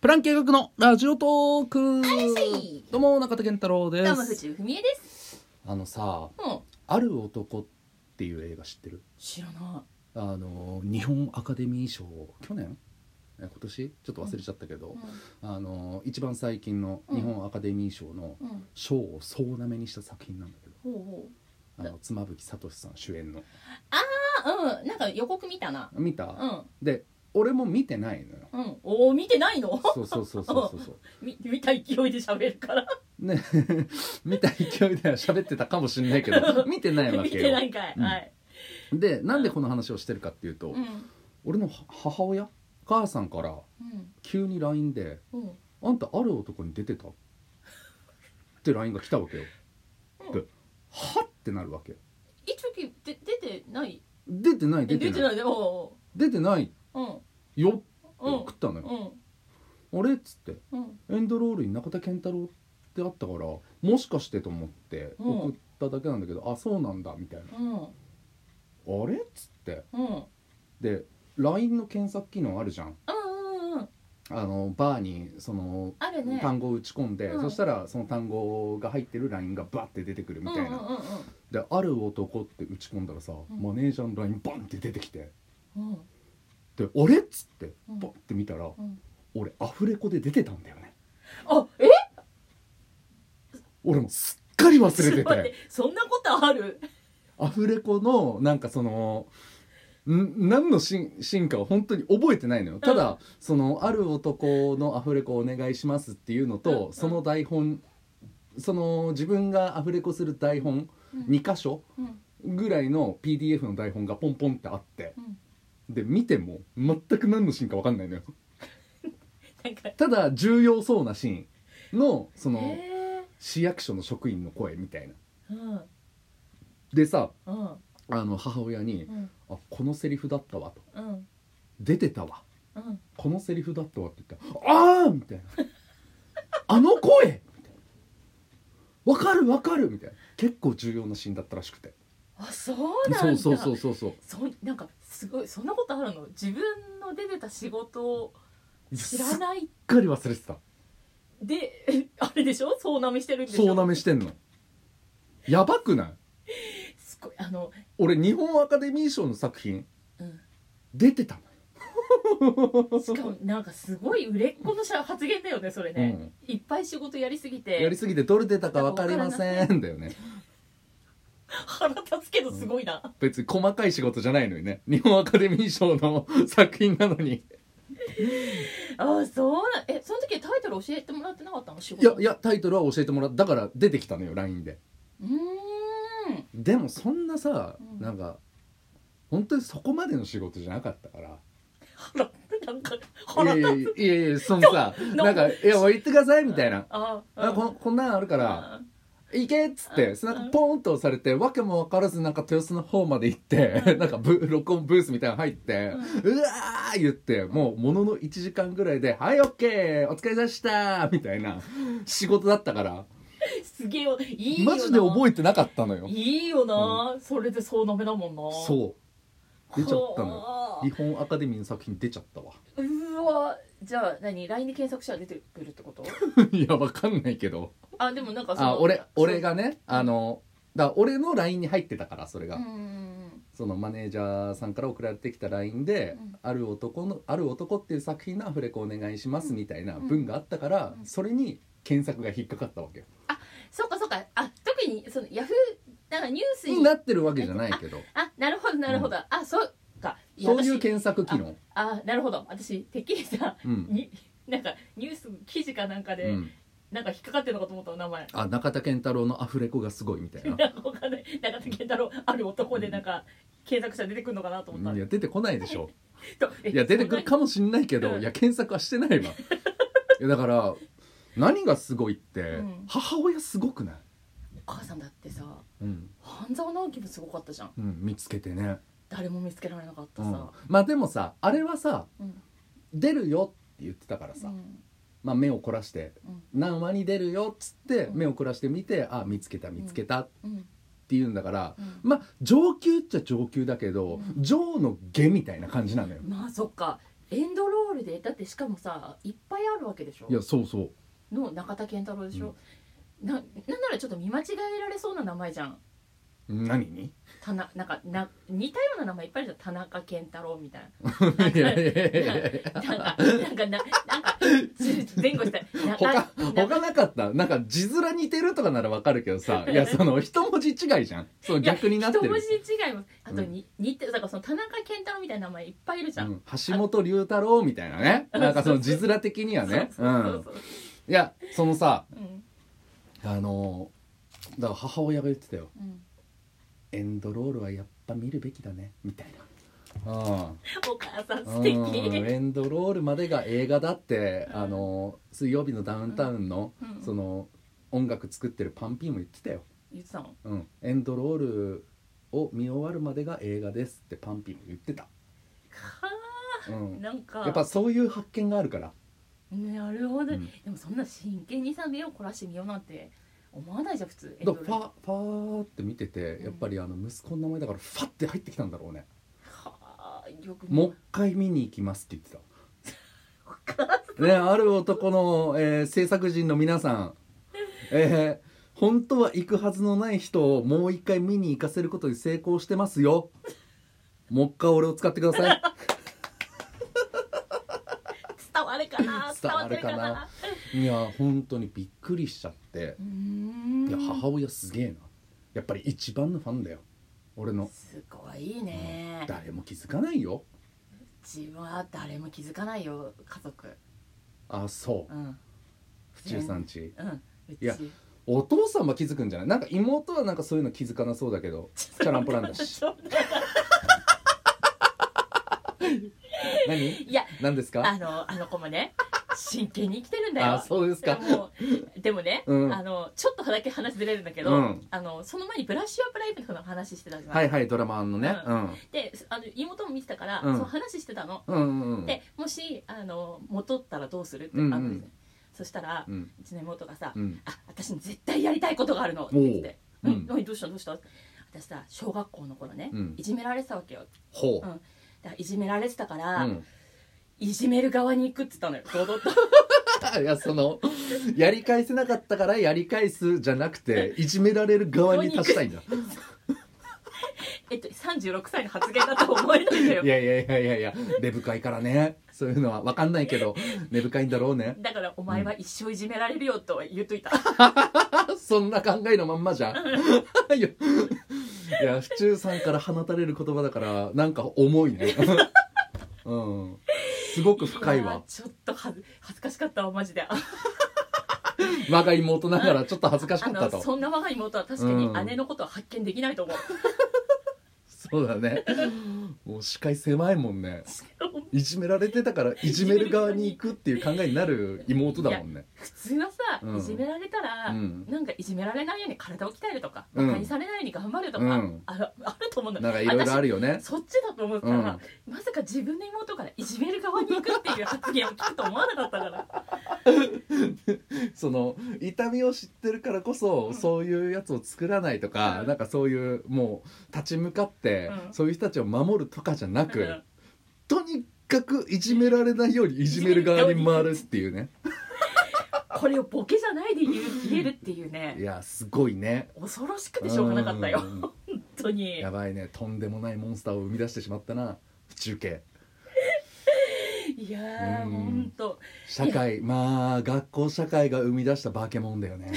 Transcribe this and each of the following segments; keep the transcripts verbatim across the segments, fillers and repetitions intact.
プラン計画のラジオトーク。どうも中田健太郎です。 どうも藤井文江です。 あのさ、 うん、 ある男っていう映画知ってる？ 知らなあの日本アカデミー賞去年今年ちょっと忘れちゃったけど、 うん、 あの一番最近の日本アカデミー賞の賞を総なめにした作品なんだけど、 うん、ほうほあの妻夫木聡さん主演の。 ああ、うん、なんか予告見たな。 見た？ うん、 で俺も見てないのよ。 うん、おお見てないの？ そうそうそうそうそうそう見, 見た勢いで喋るからね見た勢いでは喋ってたかもしれないけど見てないわけよ。 見てないんかい、 うん、 はい。 でなんでこの話をしてるかっていうと、 うん、 俺の母親母さんから急に ライン で、 うん、 あんたある男に出てたって ライン が来たわけよ、うん、ではってなるわけ。 一時で出てない出てない出てない出てないでも出てないうんよって送ったのよ、 うん、 あれっつって、 うん、 エンドロールに中田健太郎ってあったからもしかしてと思って送っただけなんだけど、うん、あそうなんだみたいな、うん、あれっつって、うん、で ライン の検索機能あるじゃん、うんうんうん、あのバーにその、ね、単語を打ち込んで、うん、そしたらその単語が入ってる ライン がバッて出てくるみたいな、うんうんうんうん、である男って打ち込んだらさ、うん、マネージャーの ライン バンって出てきて、うん、であれっつってバッて見たら、うん、俺アフレコで出てたんだよね。 あえ俺もすっかり忘れててそんなことある？ アフレコのなんかそのん何のシーン、シーンかは本当に覚えてないのよ。ただ、うん、そのある男のアフレコお願いしますっていうのと、うんうん、その台本その自分がアフレコする台本、うん、に箇所ぐらいの ピーディーエフ の台本がポンポンってあって、うん、で見ても全く何のシーンか分かんないのよなんかただ重要そうなシーンのその市役所の職員の声みたいな、うん、でさ、うんあの母親に、うん、あこのセリフだったわと、うん、出てたわ、うん、このセリフだったわって言ったらあーみたいなあの声みたいなわかるわかるみたいな結構重要なシーンだったらしくて。 あそうなんだ。 そうそうそうそうそなんかすごいそんなことあるの？自分の出てた仕事を知らない。すっかり忘れてた。 であれでしょ？総なめしてるんでしょ？ 総なめしてんのやばくない？ すごいあの俺日本アカデミー賞の作品、うん、出てたのしかもなんかすごい売れっ子の発言だよねそれね、うん、いっぱい仕事やりすぎてやりすぎてどれ出たか分かりませんだよね腹立つけどすごいな、うん、 別に細かい仕事じゃないのにね日本アカデミー賞の作品なのにああそうなえその時タイトル教えてもらってなかったの？仕事いやいやタイトルは教えてもらっただから出てきたのよ ライン で。うーんでもそんなさ、うん、なんか本当にそこまでの仕事じゃなかったからなんかいやいやいやいやそのさなんかいや言ってくださいみたいなああここんなんあるから行けっつって背中ポーンと押されてわけも分からずなんか豊洲の方まで行ってなんかブ録音ブースみたいなの入ってうわー言ってもうもののいちじかんぐらいではいオッケーお疲れ様でしたみたいな仕事だったからすげえよいいよなマジで覚えてなかったのよ。 いいよな、うん、それでそうなめだもんな。 そう出ちゃったのよ。日本アカデミーの作品出ちゃったわ。 うわじゃあ何 ライン で検索したら出てくるってこといやわかんないけどあでもなんかそのあ 俺, 俺がねあのだから俺の ライン に入ってたからそれが、うん、そのマネージャーさんから送られてきた ライン で、うん、ある男のある男っていう作品のアフレコお願いしますみたいな文があったから、うん、それに検索が引っかかったわけよ。 あそうかそうかあ特にそのヤフーなんかニュースにになってるわけじゃないけどああなるほどなるほど、うん、あそうかそういう検索機能あ, あなるほど私てっきりさ、うん、になんかニュース記事かなんかで、うん、なんか引っかかってるのかと思った名前あ中田健太郎のアフレコがすごいみたいなわかんない中田健太郎ある男でなんか、うん、検索したら出てくるのかなと思った、うん、 いや出てこないでしょいや出てくるかもしんないけど、うん、いや検索はしてないわいやだから何がすごいって、うん、母親すごくない？ お母さんだってさ、うん、半沢直樹もすごかったじゃん、 うん、見つけてね誰も見つけられなかったさ、うん、 まあでもさあれはさ、うん、出るよって言ってたからさ、うんまあ、目を凝らして、うん、何話に出るよっつって目を凝らして見て、うん、あ見つけた見つけたっていうんだから、うん、まあ上級っちゃ上級だけど、うん、上の下みたいな感じなのよ。 まあそっかエンドロールでだってしかもさいっぱいあるわけでしょ。 いやそうそうの中田健太郎でしょ、うん、な, なんならちょっと見間違えられそうな名前じゃん。 何にたななんかな似たような名前いっぱいあるじゃん。田中健太郎みたいな。 いやいやいやいやなんかなんかなんかななんか前後したな他な他なかった。なんか字面似てるとかならわかるけどさ、いやその一文字違いじゃん。そう逆になってる。 一文字違いもあとに、うん、似てるだからその田中健太郎みたいな名前いっぱいいるじゃん。うん、 橋本龍太郎みたいなね。なんかその字面的にはね。うん。いやそのさ、うん、あのだから母親が言ってたよ。うん、エンドロールはやっぱ見るべきだねみたいな。うん、お母さん素敵。 エンドロールまでが映画だって、うん、あの水曜日のダウンタウンの、うん、その音楽作ってるパンピーも言ってたよ。 言ってたの？ うん、エンドロールを見終わるまでが映画ですってパンピーも言ってた。はあ、うん、なんかやっぱそういう発見があるから。 なるほど、うん、でもそんな真剣にさ目を凝らしてみようなんて思わないじゃん普通。 だからファファーって見てて、やっぱりあの息子の名前だからファって入ってきたんだろうね。 はあ、よくもう一回見に行きますって言ってた。ね、ある男の、えー、制作陣の皆さん、えー、本当は行くはずのない人をもう一回見に行かせることに成功してますよ。もう一回俺を使ってください。 伝わるかな伝わるかな。 いや本当にびっくりしちゃって。うーん、いや母親すげえな。やっぱり一番のファンだよ俺の。 すごいね、 うん、誰も気づかないよ。 うちは誰も気づかないよ家族。 あそう、うん、府中さんち、 うん、 いやお父さんは気づくんじゃない？なんか妹はなんかそういうの気づかなそうだけどチャランポランだし。何？ いや何ですか？ あのあの子もね真剣に生きてるんだよ。 あ、そうですか。 でもでもね、うん、あのちょっとだけ話ずれるんだけど、うん、あのその前にブラッシュアップライブとかの話してたじゃん。 はいはい、ドラマのね、 うん、であの妹も見てたから、うん、その話してたの、うんうんうん、でもしあの戻ったらどうするって、うんうん、あのそしたら、うん、うちの妹がさ、うん、あ私に絶対やりたいことがあるのって言って、うん、何どうしたどうした私さ小学校の頃ね、うん、いじめられてたわけよ。ほう、うん、だからいじめられてたから、うん、いじめる側に行くって言ったのよ堂々と。 いやそのやり返せなかったからやり返すじゃなくていじめられる側に立ちたいんだ。 えっとさんじゅうろくさいの発言だと思えないのよ。 いやいやいやいやいや根深いからねそういうのは分かんないけど根深いんだろうね。 だからお前は一生いじめられるよとは言っといた。 うん、そんな考えのまんまじゃん。いやいや府中さんから放たれる言葉だからなんか重いね。うん、すごく深いわ。 いちょっと恥ず恥ずかしかったわマジで。 我が妹ながらちょっと恥ずかしかったと。 そんな我が妹は確かに姉のことは発見できないと思う。 そうだね。もう視界狭いもんね。いじめられてたからいじめる側に行くっていう考えになる妹だもんね。 普通はさ、うん、いじめられたら、うん、なんかいじめられないように体を鍛えるとか、馬鹿にされないように頑張るとか、うん、あ, るあると思うんだ。 なんかいろいろあるよね。 そっちだと思ったら、うん、まさか自分の妹からいじめる側に行くっていう発言を聞くと思わなかったから。 その痛みを知ってるからこそ、うん、そういうやつを作らないとか、うん、なんかそういうもう立ち向かって、うん、そういう人たちを守るとかじゃなく、うん、とにかくいじめられないようにいじめる側に回るっていうね。 これをボケじゃないで言う言えるっていうね。 いやすごいね。 恐ろしくてしょうがなかったよ。本当にやばいね。とんでもないモンスターを生み出してしまったな府中系。 いやーほんと社会まあ学校社会が生み出した化け物だよね。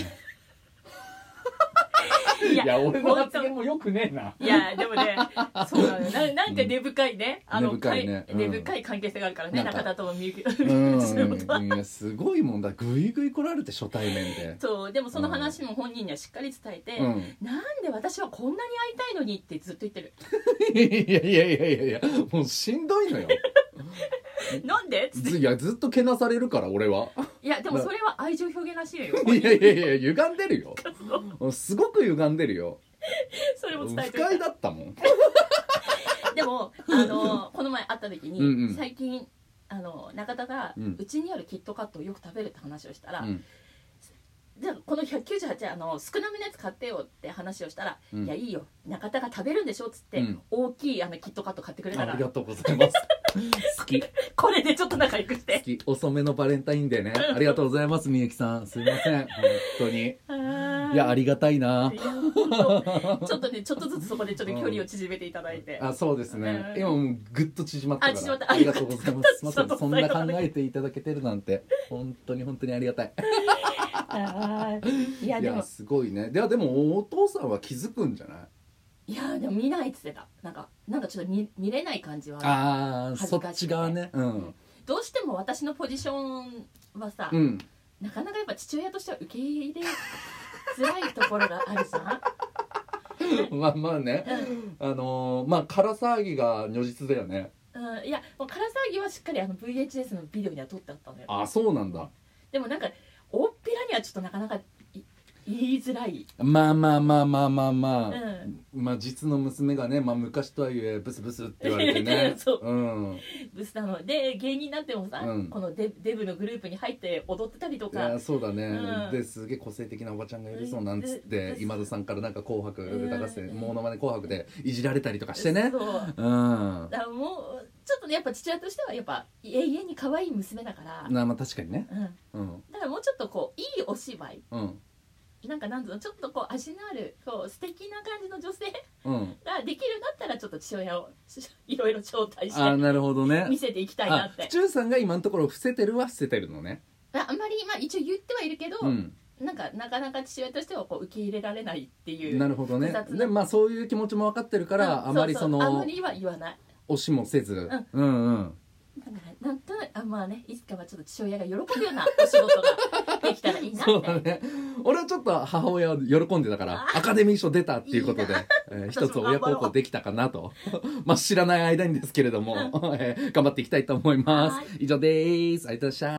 い や, いや俺の発言もよくねえな。 いやでもねそうなの な, なんか根深いね、うん、あの根深いね、うん、根深い関係性があるからね中田ともみゆきうんすごいもんだ。グイグイ来られて初対面で。 そうでもその話も本人にはしっかり伝えて、うん、なんで私はこんなに会いたいのにってずっと言ってる。いやいやいやいやいやもうしんどいのよ。 なんでいやずっとけなされるから俺は。 いやでもそれは愛情表現らしいよ。 いやいやいや歪んでるよ。すごく歪んでるよ。 それも伝えて不快だったもん。 でもあのこの前会った時に、うんうん、最近あの中田がうち、ん、にあるキットカットをよく食べるって話をしたら、うん、じゃあこのひゃくきゅうじゅうはちあの少なめのやつ買ってよって話をしたら、うん、いやいいよ中田が食べるんでしょっつって、うん、大きいあのキットカット買ってくれたら。 ありがとうございます。 好きこれでちょっと仲良くして好き。遅めのバレンタインデーね。ありがとうございますみゆきさん、すいません本当に。いやありがたいな。 いやちょっとねちょっとずつそこでちょっと距離を縮めていただいて、 うん、あそうですね、うん、今もうぐっと縮まったから。 あ, 縮まったありがとうございます。まさかそんな考えていただけてるなんて本当に本当にありがたい。 あいやでもいやすごいね。ではでもお父さんは気づくんじゃない？ いやでも見ないっつってた。なんかなんかちょっと 見, 見れない感じはああそっち側ね、うん、 どうしても私のポジションはさ、うん、なかなかやっぱ父親としては受け入れづらいところがあるじゃん。 まあまあね、うん、あのー、まあ空騒ぎが如実だよね。 うん、いやもう空騒ぎはしっかりあの ブイエイチエス のビデオには撮ってあったのよ。 あそうなんだ。 でもなんか大っぴらにはちょっとなかなか言いづらい。 まあまあまあまあまあまあ、うん、まあ実の娘がね、まあ、昔とはいえブスブスって言われてねそう、うん、ブスなので芸人になってもさ、うん、この デ, デブのグループに入って踊ってたりとか。 いやそうだね、うん、ですげえ個性的なおばちゃんがいるそうなんつって今田さんからなんか紅白歌合戦モノマネ紅白でいじられたりとかしてね。そう、うん、 だからもうちょっとねやっぱ父親としてはやっぱ永遠に可愛い娘だからな、まあ確かにね、 うんうん、だからもうちょっとこういいお芝居、うんなんかなんつうのちょっとこう味のあるこう素敵な感じの女性ができるんだったらちょっと父親をいろいろ招待してあなるほどね見せていきたいなって。 府中さんが今のところ伏せてるは伏せてるのね。 ああんまり、まあ、一応言ってはいるけど、うん、なんかなかなか父親としてはこう受け入れられないっていう。 なるほどね。でまあそういう気持ちも分かってるから、うん、あまりそのそうそうあまりは言わない押しもせず、うん、うんうんだからなんとなくあまあねいつかはちょっと父親が喜ぶようなお仕事ができたらいいなって。そうだね。 俺はちょっと母親は喜んでたからアカデミー賞出たっていうことでいい、えー、一つ親孝行できたかなとまあ知らない間にですけれども、えー、頑張っていきたいと思います。以上です。ありがとうございました。